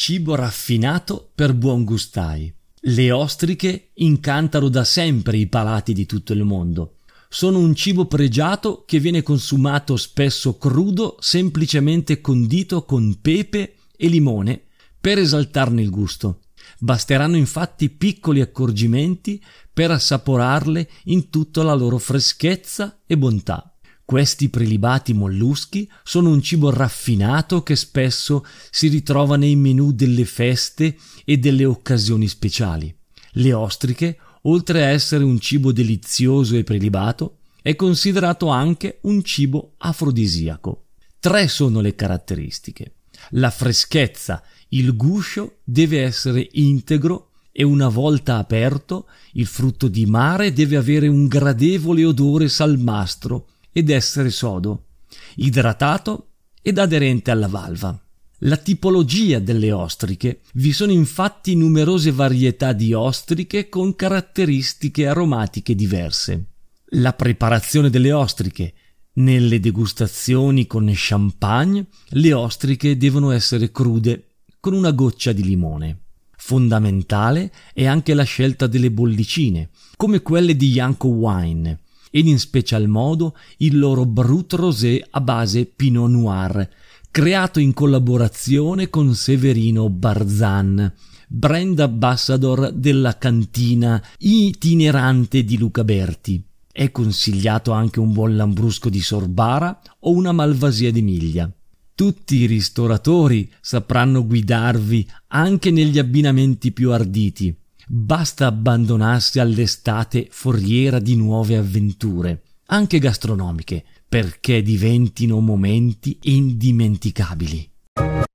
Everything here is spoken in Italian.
Cibo raffinato per buon gustai. Le ostriche incantano da sempre i palati di tutto il mondo. Sono un cibo pregiato che viene consumato spesso crudo, semplicemente condito con pepe e limone per esaltarne il gusto. Basteranno infatti piccoli accorgimenti per assaporarle in tutta la loro freschezza e bontà. Questi prelibati molluschi sono un cibo raffinato che spesso si ritrova nei menù delle feste e delle occasioni speciali. Le ostriche, oltre a essere un cibo delizioso e prelibato, è considerato anche un cibo afrodisiaco. 3 sono le caratteristiche. La freschezza, il guscio deve essere integro e una volta aperto, il frutto di mare deve avere un gradevole odore salmastro ed essere sodo, idratato ed aderente alla valva. La tipologia delle ostriche. Vi sono infatti numerose varietà di ostriche con caratteristiche aromatiche diverse. La preparazione delle ostriche. Nelle degustazioni con champagne, le ostriche devono essere crude, con una goccia di limone. Fondamentale è anche la scelta delle bollicine, come quelle di Janko Wine, ed in special modo il loro Brut Rosé a base Pinot Noir, creato in collaborazione con Severino Barzan, brand ambassador della cantina itinerante di Luca Berti. È consigliato anche un buon lambrusco di Sorbara o una Malvasia d'Emilia. Tutti i ristoratori sapranno guidarvi anche negli abbinamenti più arditi. Basta abbandonarsi all'estate foriera di nuove avventure, anche gastronomiche, perché diventino momenti indimenticabili.